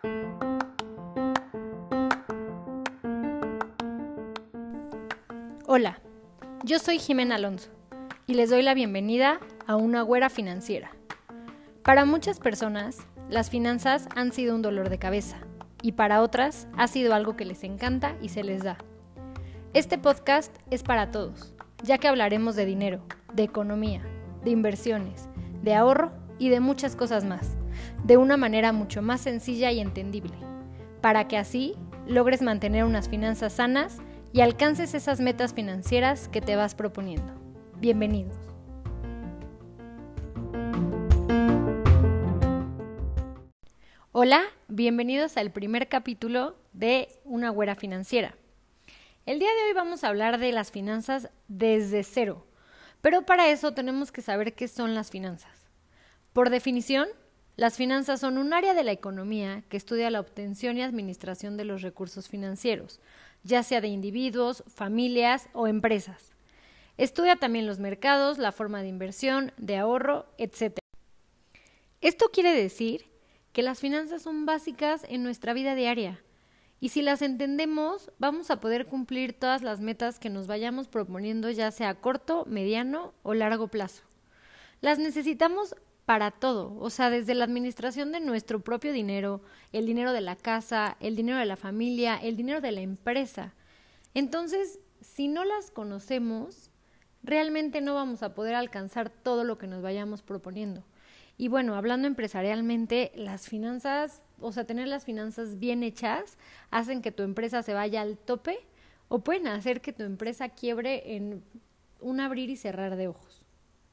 Hola, yo soy Jimena Alonso y les doy la bienvenida a Una Güera Financiera. Para muchas personas, las finanzas han sido un dolor de cabeza y para otras ha sido algo que les encanta y se les da. Este podcast es para todos, ya que hablaremos de dinero, de economía, de inversiones, de ahorro y de muchas cosas más, de una manera mucho más sencilla y entendible, para que así logres mantener unas finanzas sanas y alcances esas metas financieras que te vas proponiendo. Bienvenidos. Hola, bienvenidos al primer capítulo de Una Güera Financiera. El día de hoy vamos a hablar de las finanzas desde cero, pero para eso tenemos que saber qué son las finanzas. Por definición, las finanzas son un área de la economía que estudia la obtención y administración de los recursos financieros, ya sea de individuos, familias o empresas. Estudia también los mercados, la forma de inversión, de ahorro, etc. Esto quiere decir que las finanzas son básicas en nuestra vida diaria y si las entendemos vamos a poder cumplir todas las metas que nos vayamos proponiendo, ya sea a corto, mediano o largo plazo. Las necesitamos para todo, o sea, desde la administración de nuestro propio dinero, el dinero de la casa, el dinero de la familia, el dinero de la empresa. Entonces, si no las conocemos, realmente no vamos a poder alcanzar todo lo que nos vayamos proponiendo. Y bueno, hablando empresarialmente, las finanzas, o sea, tener las finanzas bien hechas, hacen que tu empresa se vaya al tope o pueden hacer que tu empresa quiebre en un abrir y cerrar de ojos.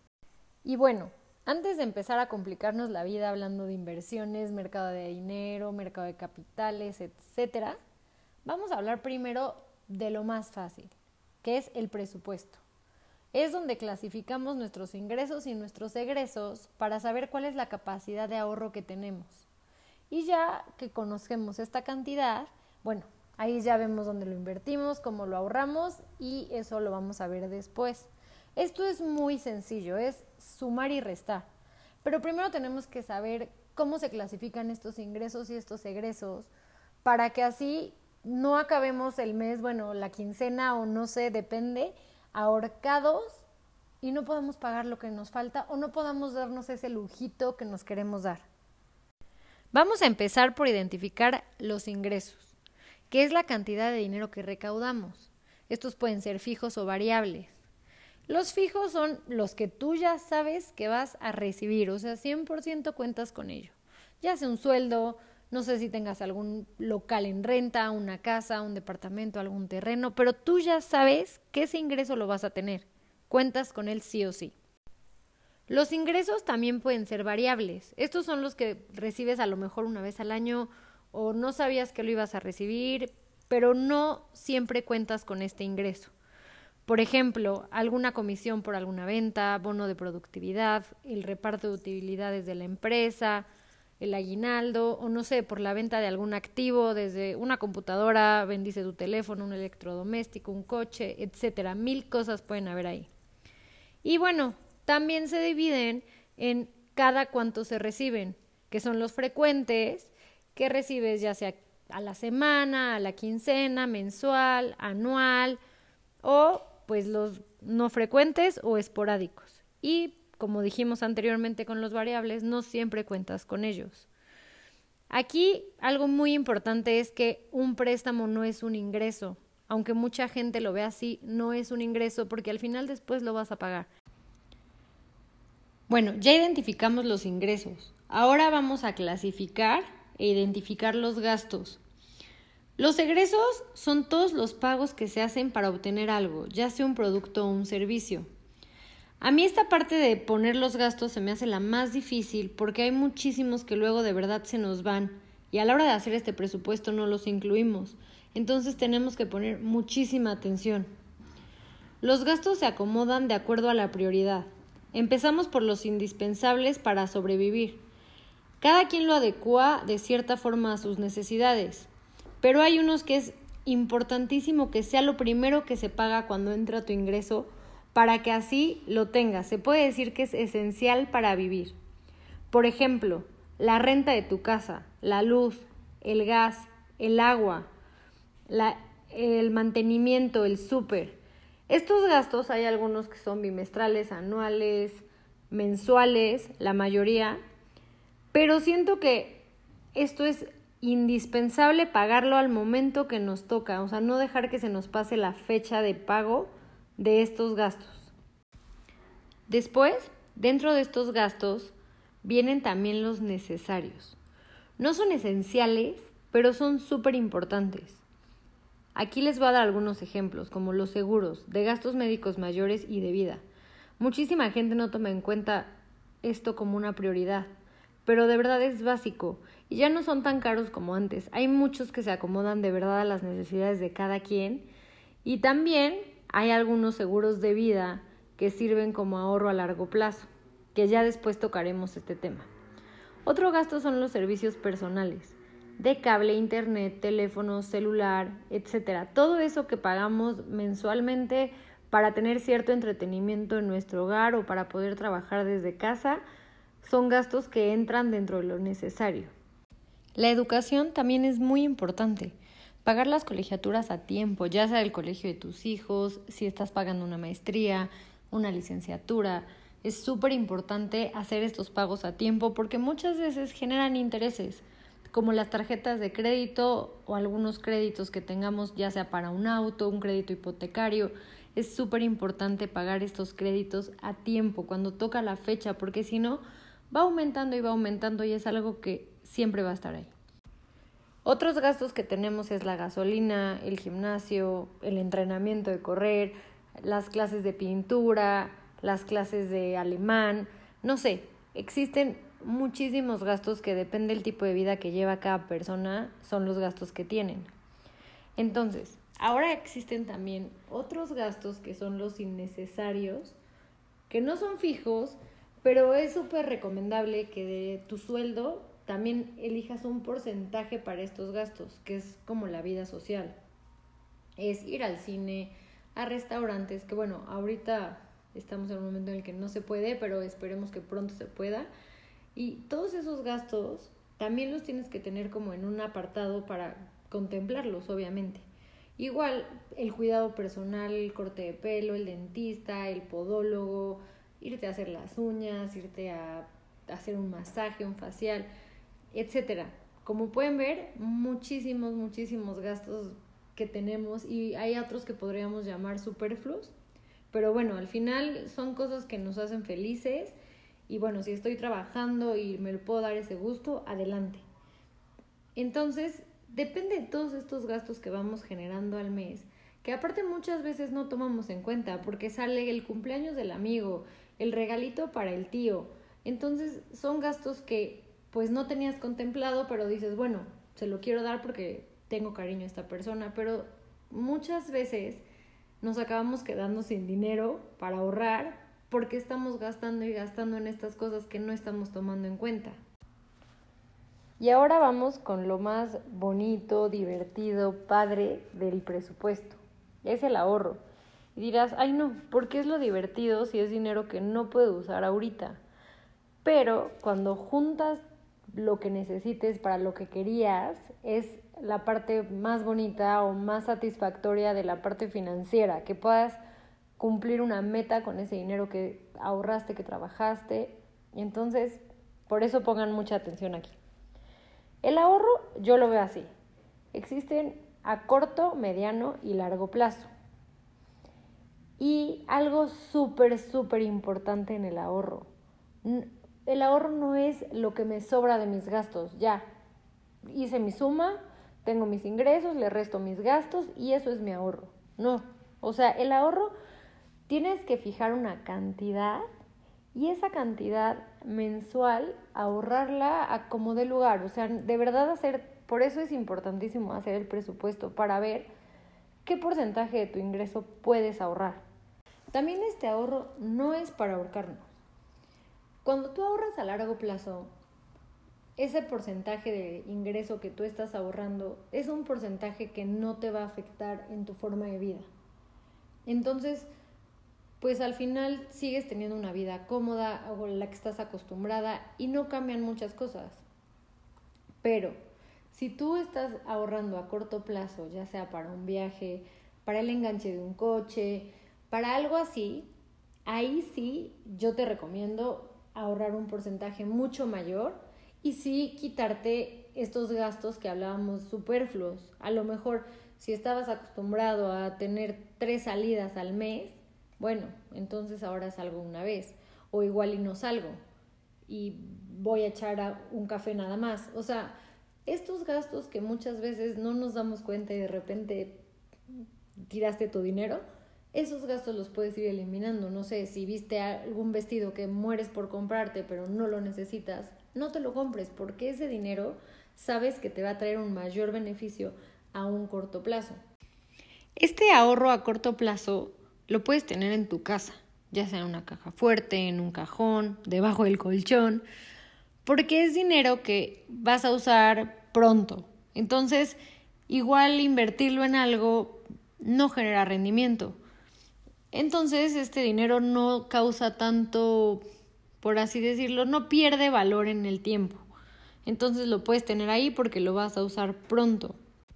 Y bueno, antes de empezar a complicarnos la vida hablando de inversiones, mercado de dinero, mercado de capitales, etc., vamos a hablar primero de lo más fácil, que es el presupuesto. Es donde clasificamos nuestros ingresos y nuestros egresos para saber cuál es la capacidad de ahorro que tenemos. Y ya que conocemos esta cantidad, bueno, ahí ya vemos dónde lo invertimos, cómo lo ahorramos y eso lo vamos a ver después. Esto es muy sencillo, es sumar y restar. Pero primero tenemos que saber cómo se clasifican estos ingresos y estos egresos para que así no acabemos el mes, bueno, la quincena o no sé, depende, ahorcados y no podamos pagar lo que nos falta o no podamos darnos ese lujito que nos queremos dar. Vamos a empezar por identificar los ingresos, que es la cantidad de dinero que recaudamos. Estos pueden ser fijos o variables. Los fijos son los que tú ya sabes que vas a recibir, o sea, 100% cuentas con ello. Ya sea un sueldo, no sé si tengas algún local en renta, una casa, un departamento, algún terreno, pero tú ya sabes que ese ingreso lo vas a tener. Cuentas con él sí o sí. Los ingresos también pueden ser variables. Estos son los que recibes a lo mejor una vez al año o no sabías que lo ibas a recibir, pero no siempre cuentas con este ingreso. Por ejemplo, alguna comisión por alguna venta, bono de productividad, el reparto de utilidades de la empresa, el aguinaldo o no sé, por la venta de algún activo, desde una computadora, vendiste tu teléfono, un electrodoméstico, un coche, etcétera. 1000 cosas pueden haber ahí. Y bueno, también se dividen en cada cuánto se reciben, que son los frecuentes, que recibes ya sea a la semana, a la quincena, mensual, anual o pues los no frecuentes o esporádicos. Y como dijimos anteriormente con los variables, no siempre cuentas con ellos. Aquí algo muy importante es que un préstamo no es un ingreso. Aunque mucha gente lo ve así, no es un ingreso porque al final después lo vas a pagar. Bueno, ya identificamos los ingresos. Ahora vamos a clasificar e identificar los gastos. Los egresos son todos los pagos que se hacen para obtener algo, ya sea un producto o un servicio. A mí esta parte de poner los gastos se me hace la más difícil porque hay muchísimos que luego de verdad se nos van y a la hora de hacer este presupuesto no los incluimos. Entonces tenemos que poner muchísima atención. Los gastos se acomodan de acuerdo a la prioridad. Empezamos por los indispensables para sobrevivir. Cada quien lo adecua de cierta forma a sus necesidades. Pero hay unos que es importantísimo que sea lo primero que se paga cuando entra tu ingreso para que así lo tengas. Se puede decir que es esencial para vivir. Por ejemplo, la renta de tu casa, la luz, el gas, el agua, el mantenimiento, el súper. Estos gastos hay algunos que son bimestrales, anuales, mensuales, la mayoría, pero siento que esto es indispensable pagarlo al momento que nos toca, o sea, no dejar que se nos pase la fecha de pago de estos gastos. Después, dentro de estos gastos, vienen también los necesarios. No son esenciales, pero son súper importantes. Aquí les voy a dar algunos ejemplos, como los seguros, de gastos médicos mayores y de vida. Muchísima gente no toma en cuenta esto como una prioridad, pero de verdad es básico y ya no son tan caros como antes. Hay muchos que se acomodan de verdad a las necesidades de cada quien y también hay algunos seguros de vida que sirven como ahorro a largo plazo, que ya después tocaremos este tema. Otro gasto son los servicios personales, de cable, internet, teléfono, celular, etc. Todo eso que pagamos mensualmente para tener cierto entretenimiento en nuestro hogar o para poder trabajar desde casa, son gastos que entran dentro de lo necesario. La educación también es muy importante. Pagar las colegiaturas a tiempo, ya sea el colegio de tus hijos, si estás pagando una maestría, una licenciatura. Es súper importante hacer estos pagos a tiempo porque muchas veces generan intereses, como las tarjetas de crédito o algunos créditos que tengamos, ya sea para un auto, un crédito hipotecario. Es súper importante pagar estos créditos a tiempo, cuando toca la fecha, porque si no, va aumentando y es algo que siempre va a estar ahí. Otros gastos que tenemos es la gasolina, el gimnasio, el entrenamiento de correr, las clases de pintura, las clases de alemán, no sé, existen muchísimos gastos que depende del tipo de vida que lleva cada persona, son los gastos que tienen. Entonces, ahora existen también otros gastos que son los innecesarios, que no son fijos, pero es súper recomendable que de tu sueldo también elijas un porcentaje para estos gastos, que es como la vida social. Es ir al cine, a restaurantes, que bueno, ahorita estamos en un momento en el que no se puede, pero esperemos que pronto se pueda. Y todos esos gastos también los tienes que tener como en un apartado para contemplarlos, obviamente. Igual el cuidado personal, el corte de pelo, el dentista, el podólogo, irte a hacer las uñas, irte a hacer un masaje, un facial, etcétera. Como pueden ver, muchísimos gastos que tenemos y hay otros que podríamos llamar superfluos, pero bueno, al final son cosas que nos hacen felices y bueno, si estoy trabajando y me puedo dar ese gusto, adelante. Entonces, depende de todos estos gastos que vamos generando al mes, que aparte muchas veces no tomamos en cuenta porque sale el cumpleaños del amigo, el regalito para el tío. Entonces, son gastos que pues no tenías contemplado, pero dices, bueno, se lo quiero dar porque tengo cariño a esta persona, pero muchas veces nos acabamos quedando sin dinero para ahorrar porque estamos gastando en estas cosas que no estamos tomando en cuenta. Y ahora vamos con lo más bonito, divertido, padre del presupuesto. Es el ahorro. Y dirás, ay no, ¿por qué es lo divertido si es dinero que no puedo usar ahorita? Pero cuando juntas lo que necesites para lo que querías, es la parte más bonita o más satisfactoria de la parte financiera, que puedas cumplir una meta con ese dinero que ahorraste, que trabajaste. Y entonces, por eso pongan mucha atención aquí. El ahorro yo lo veo así. Existen a corto, mediano y largo plazo. Y algo súper importante en el ahorro. El ahorro no es lo que me sobra de mis gastos. Ya, hice mi suma, tengo mis ingresos, le resto mis gastos y eso es mi ahorro. No, o sea, el ahorro tienes que fijar una cantidad y esa cantidad mensual ahorrarla a como dé lugar. O sea, de verdad por eso es importantísimo hacer el presupuesto para ver qué porcentaje de tu ingreso puedes ahorrar. También este ahorro no es para ahorcarnos. Cuando tú ahorras a largo plazo, ese porcentaje de ingreso que tú estás ahorrando es un porcentaje que no te va a afectar en tu forma de vida. Entonces, pues al final sigues teniendo una vida cómoda o la que estás acostumbrada y no cambian muchas cosas. Pero Si tú estás ahorrando a corto plazo, ya sea para un viaje, para el enganche de un coche, para algo así, ahí sí yo te recomiendo ahorrar un porcentaje mucho mayor y sí quitarte estos gastos que hablábamos superfluos. A lo mejor si estabas acostumbrado a tener 3 salidas al mes, bueno, entonces ahora salgo una vez, o igual y no salgo y voy a echar un café nada más. O sea, estos gastos que muchas veces no nos damos cuenta y de repente tiraste tu dinero, esos gastos los puedes ir eliminando. No sé, si viste algún vestido que mueres por comprarte pero no lo necesitas, no te lo compres, porque ese dinero sabes que te va a traer un mayor beneficio a un corto plazo. Este ahorro a corto plazo lo puedes tener en tu casa, ya sea en una caja fuerte, en un cajón, debajo del colchón, porque es dinero que vas a usar pronto. Entonces, igual invertirlo en algo no genera rendimiento. Entonces, este dinero no causa tanto, por así decirlo, no pierde valor en el tiempo. Entonces lo puedes tener ahí porque lo vas a usar pronto.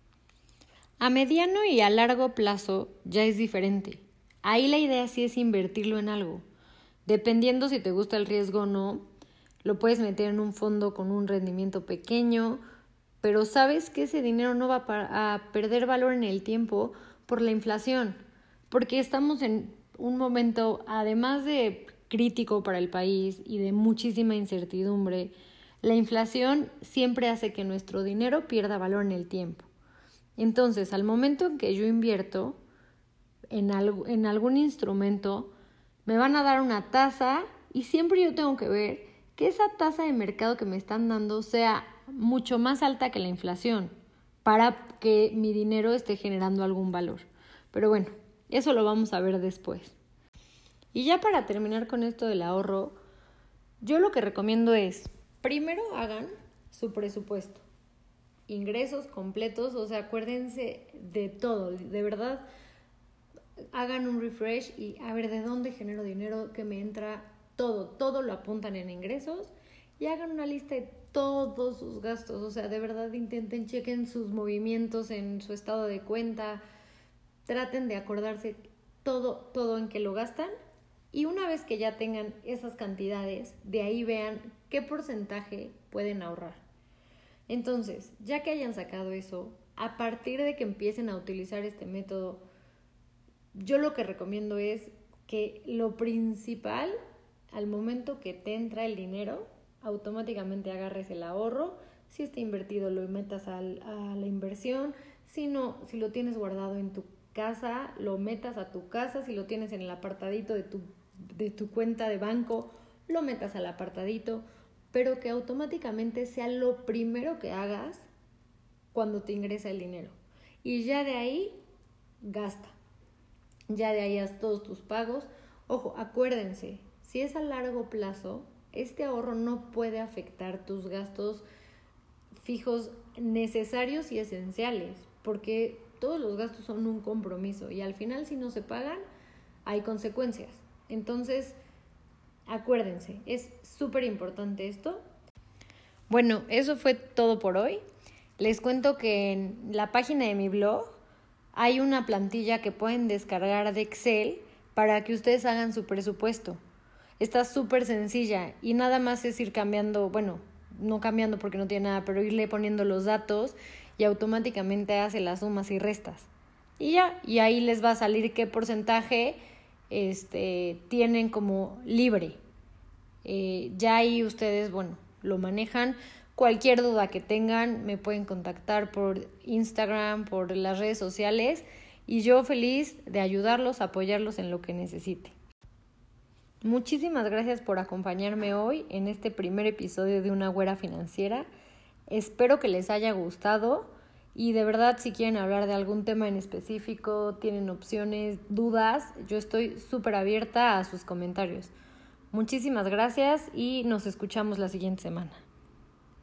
A mediano y a largo plazo ya es diferente. Ahí la idea sí es invertirlo en algo. Dependiendo si te gusta el riesgo o no, lo puedes meter en un fondo con un rendimiento pequeño, pero sabes que ese dinero no va a perder valor en el tiempo por la inflación, porque estamos en un momento, además de crítico para el país y de muchísima incertidumbre, la inflación siempre hace que nuestro dinero pierda valor en el tiempo. Entonces, al momento en que yo invierto en algún instrumento, me van a dar una tasa y siempre yo tengo que ver que esa tasa de mercado que me están dando sea mucho más alta que la inflación para que mi dinero esté generando algún valor. Pero bueno, eso lo vamos a ver después. Y ya para terminar con esto del ahorro, yo lo que recomiendo es, primero hagan su presupuesto, ingresos completos, o sea, acuérdense de todo, de verdad, hagan un refresh y a ver de dónde genero dinero, que me entra todo lo apuntan en ingresos y hagan una lista de todos sus gastos, o sea, de verdad intenten, chequen sus movimientos en su estado de cuenta, traten de acordarse todo en que lo gastan y una vez que ya tengan esas cantidades, de ahí vean qué porcentaje pueden ahorrar. Entonces, ya que hayan sacado eso, a partir de que empiecen a utilizar este método, yo lo que recomiendo es que lo principal, al momento que te entra el dinero, automáticamente agarres el ahorro. Si está invertido, lo metas a la inversión. Si no, si lo tienes guardado en tu casa, lo metas a tu casa. Si lo tienes en el apartadito de tu cuenta de banco, lo metas al apartadito. Pero que automáticamente sea lo primero que hagas cuando te ingresa el dinero. Y ya de ahí, gasta. Ya de ahí haz todos tus pagos. Ojo, acuérdense, si es a largo plazo, este ahorro no puede afectar tus gastos fijos necesarios y esenciales, porque todos los gastos son un compromiso y al final si no se pagan, hay consecuencias. Entonces, acuérdense, es súper importante esto. Bueno, eso fue todo por hoy. Les cuento que en la página de mi blog hay una plantilla que pueden descargar de Excel para que ustedes hagan su presupuesto. Está súper sencilla y nada más es ir cambiando, bueno, no cambiando porque no tiene nada, pero irle poniendo los datos y automáticamente hace las sumas y restas. Y ya, y ahí les va a salir qué porcentaje tienen como libre. Ya ahí ustedes, bueno, lo manejan. Cualquier duda que tengan me pueden contactar por Instagram, por las redes sociales y yo feliz de ayudarlos, apoyarlos en lo que necesite. Muchísimas gracias por acompañarme hoy en este primer episodio de Una Güera Financiera. Espero que les haya gustado y de verdad si quieren hablar de algún tema en específico, tienen opciones, dudas, yo estoy súper abierta a sus comentarios. Muchísimas gracias y nos escuchamos la siguiente semana.